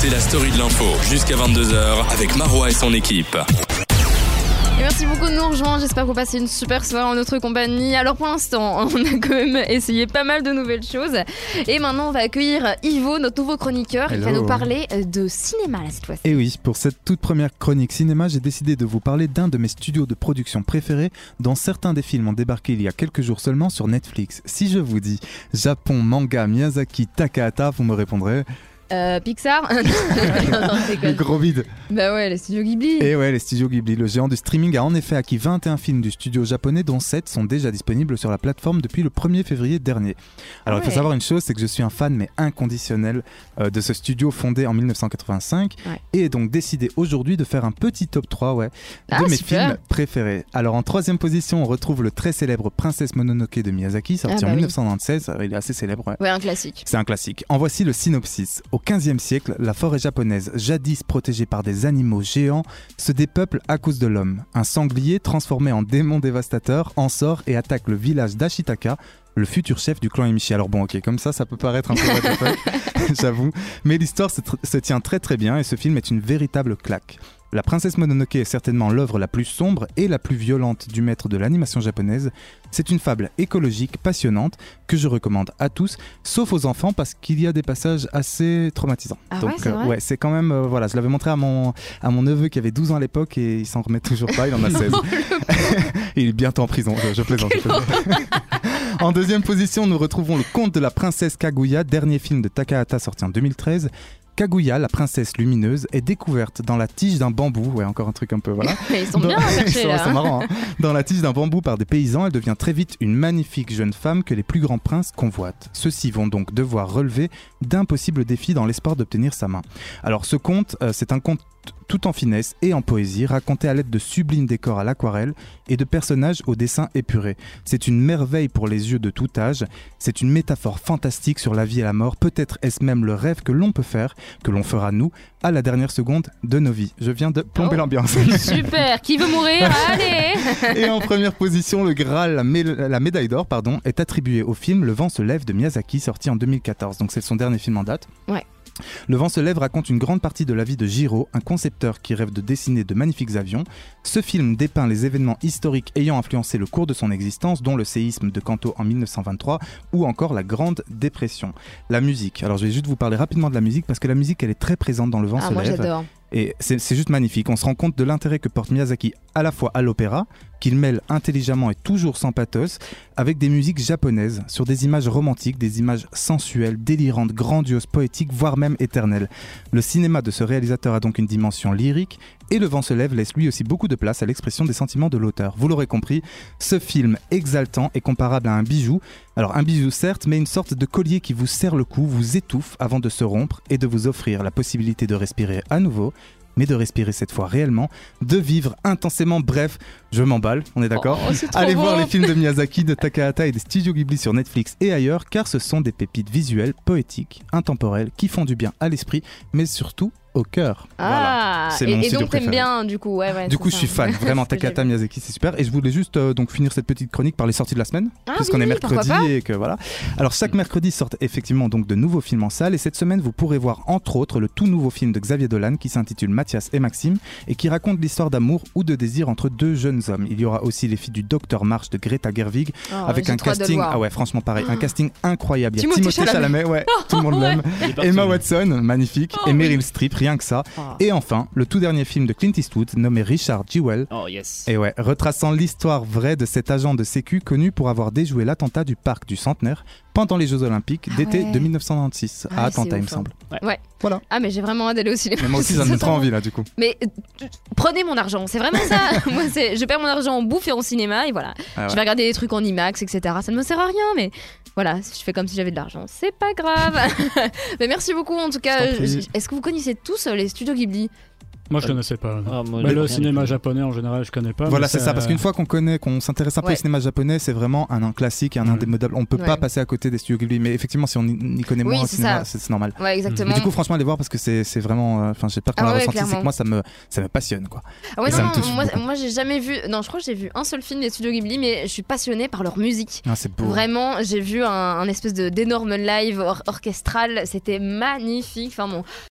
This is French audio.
écoutez la story de l'info jusqu'à 22h avec Marois et son équipe. Et merci beaucoup de nous rejoindre, j'espère que vous passez une super soirée en notre compagnie. Alors pour l'instant, on a quand même essayé pas mal de nouvelles choses. Et maintenant, on va accueillir Ivo, notre nouveau chroniqueur. Hello. Il va nous parler de cinéma là, cette fois-ci. Et oui, pour cette toute première chronique cinéma, j'ai décidé de vous parler d'un de mes studios de production préférés, dont certains des films ont débarqué il y a quelques jours seulement sur Netflix. Si je vous dis Japon, manga, Miyazaki, Takahata, vous me répondrez... Pixar non, je Le déconne. gros vide. Bah ouais, les studios Ghibli. Et ouais, les studios Ghibli, le géant du streaming a en effet acquis 21 films du studio japonais, dont 7 sont déjà disponibles sur la plateforme depuis le 1er février dernier. Alors il faut savoir une chose, c'est que je suis un fan mais inconditionnel de ce studio fondé en 1985 et donc décidé aujourd'hui de faire un petit top 3 de mes films préférés. Alors en troisième position, on retrouve le très célèbre Princesse Mononoke de Miyazaki, sorti en 1996, il est assez célèbre. Ouais, un classique. C'est un classique. En voici le synopsis. Au XVe siècle, la forêt japonaise, jadis protégée par des animaux géants, se dépeuple à cause de l'homme. Un sanglier, transformé en démon dévastateur, en sort et attaque le village d'Ashitaka, le futur chef du clan Emishi. Alors bon, ok, comme ça peut paraître un peu what the fuck, j'avoue. Mais l'histoire se tient très très bien et ce film est une véritable claque. La Princesse Mononoke est certainement l'œuvre la plus sombre et la plus violente du maître de l'animation japonaise. C'est une fable écologique passionnante que je recommande à tous, sauf aux enfants parce qu'il y a des passages assez traumatisants. Ah donc ouais, c'est vrai c'est quand même voilà, je l'avais montré à mon neveu qui avait 12 ans à l'époque et il s'en remet toujours pas, il en a 16. Il est bientôt en prison, je plaisante. En deuxième position, nous retrouvons Le Conte de la Princesse Kaguya, dernier film de Takahata sorti en 2013. Kaguya, la princesse lumineuse, est découverte dans la tige d'un bambou. Ouais, encore un truc un peu, voilà. Ils sont bien cherchés là. C'est marrant, hein. Dans la tige d'un bambou par des paysans, elle devient très vite une magnifique jeune femme que les plus grands princes convoitent. Ceux-ci vont donc devoir relever d'impossibles défis dans l'espoir d'obtenir sa main. Alors ce conte, c'est un conte tout en finesse et en poésie, raconté à l'aide de sublimes décors à l'aquarelle et de personnages au dessin épuré. C'est une merveille pour les yeux de tout âge, c'est une métaphore fantastique sur la vie et la mort, peut-être est-ce même le rêve que l'on peut faire, que l'on fera nous, à la dernière seconde de nos vies. Je viens de plomber l'ambiance. Super, qui veut mourir? Allez. Et en première position, le Graal, la médaille d'or, est attribuée au film Le vent se lève de Miyazaki, sorti en 2014, donc c'est son dernier film en date. Ouais. Le vent se lève raconte une grande partie de la vie de Jiro, un concepteur qui rêve de dessiner de magnifiques avions. Ce film dépeint les événements historiques ayant influencé le cours de son existence, dont le séisme de Kanto en 1923 ou encore la Grande Dépression. La musique, alors je vais juste vous parler rapidement de la musique parce que la musique elle est très présente dans Le vent se lève. Moi j'adore. Et c'est juste magnifique, on se rend compte de l'intérêt que porte Miyazaki à la fois à l'opéra, qu'il mêle intelligemment et toujours sans pathos, avec des musiques japonaises, sur des images romantiques, des images sensuelles, délirantes, grandioses, poétiques, voire même éternelles. Le cinéma de ce réalisateur a donc une dimension lyrique, et Le vent se lève laisse lui aussi beaucoup de place à l'expression des sentiments de l'auteur. Vous l'aurez compris, ce film exaltant est comparable à un bijou. Alors un bijou certes, mais une sorte de collier qui vous serre le cou, vous étouffe avant de se rompre et de vous offrir la possibilité de respirer à nouveau, mais de respirer cette fois réellement, de vivre intensément. Bref, je m'emballe, on est d'accord ? Allez voir les films de Miyazaki, de Takahata et des studios Ghibli sur Netflix et ailleurs, car ce sont des pépites visuelles, poétiques, intemporelles, qui font du bien à l'esprit, mais surtout au cœur. Ah, voilà. C'est mon et studio donc t'aimes préféré. bien du coup, ouais. Du coup, je suis fan, vraiment. Takahata, Miyazaki, c'est super. Et je voulais juste donc finir cette petite chronique par les sorties de la semaine, puisqu'on est mercredi et que voilà. Alors chaque mercredi sortent effectivement donc de nouveaux films en salle, et cette semaine vous pourrez voir entre autres le tout nouveau film de Xavier Dolan qui s'intitule Mathias et Maxime et qui raconte l'histoire d'amour ou de désir entre deux jeunes hommes. Il y aura aussi les filles du Docteur March de Greta Gerwig avec un casting, franchement pareil, un casting incroyable. Il y a Timothée Chalamet, tout le monde l'aime. Emma Watson, magnifique, et Meryl Streep, rien que ça. Et enfin, le tout dernier film de Clint Eastwood, nommé Richard Jewell. Oh yes. Et retraçant l'histoire vraie de cet agent de sécu connu pour avoir déjoué l'attentat du parc du Centenaire pendant les Jeux Olympiques d'été de 1996 à Atlanta, il me semble. Ouais. Voilà. Ah, mais j'ai vraiment hâte d'aller au cinéma. Mais moi aussi, ça me donne trop envie là, du coup. Mais prenez mon argent, c'est vraiment ça. Moi, je perds mon argent en bouffe et en cinéma, et voilà. Je vais regarder des trucs en IMAX, etc. Ça ne me sert à rien, mais voilà, je fais comme si j'avais de l'argent. C'est pas grave. Mais merci beaucoup, en tout cas. Est-ce que vous connaissez tous les studios Ghibli ? Moi je connaissais pas. Le cinéma japonais en général je connais pas. Voilà, c'est ça, parce qu'une fois qu'on s'intéresse un peu au cinéma japonais, c'est vraiment un classique et un indémodable. On peut pas passer à côté des studios Ghibli, mais effectivement si on y connaît moins au cinéma, c'est normal. Ouais, exactement. Mais du coup franchement allez voir parce que c'est vraiment, j'ai peur qu'on l'a ressenti, c'est que moi ça me passionne quoi. Ah ouais, moi j'ai jamais vu, je crois que j'ai vu un seul film des studios Ghibli, mais je suis passionnée par leur musique. Ah, c'est beau. Vraiment, j'ai vu un espèce d'énorme live orchestral, c'était magnifique. Enfin bon,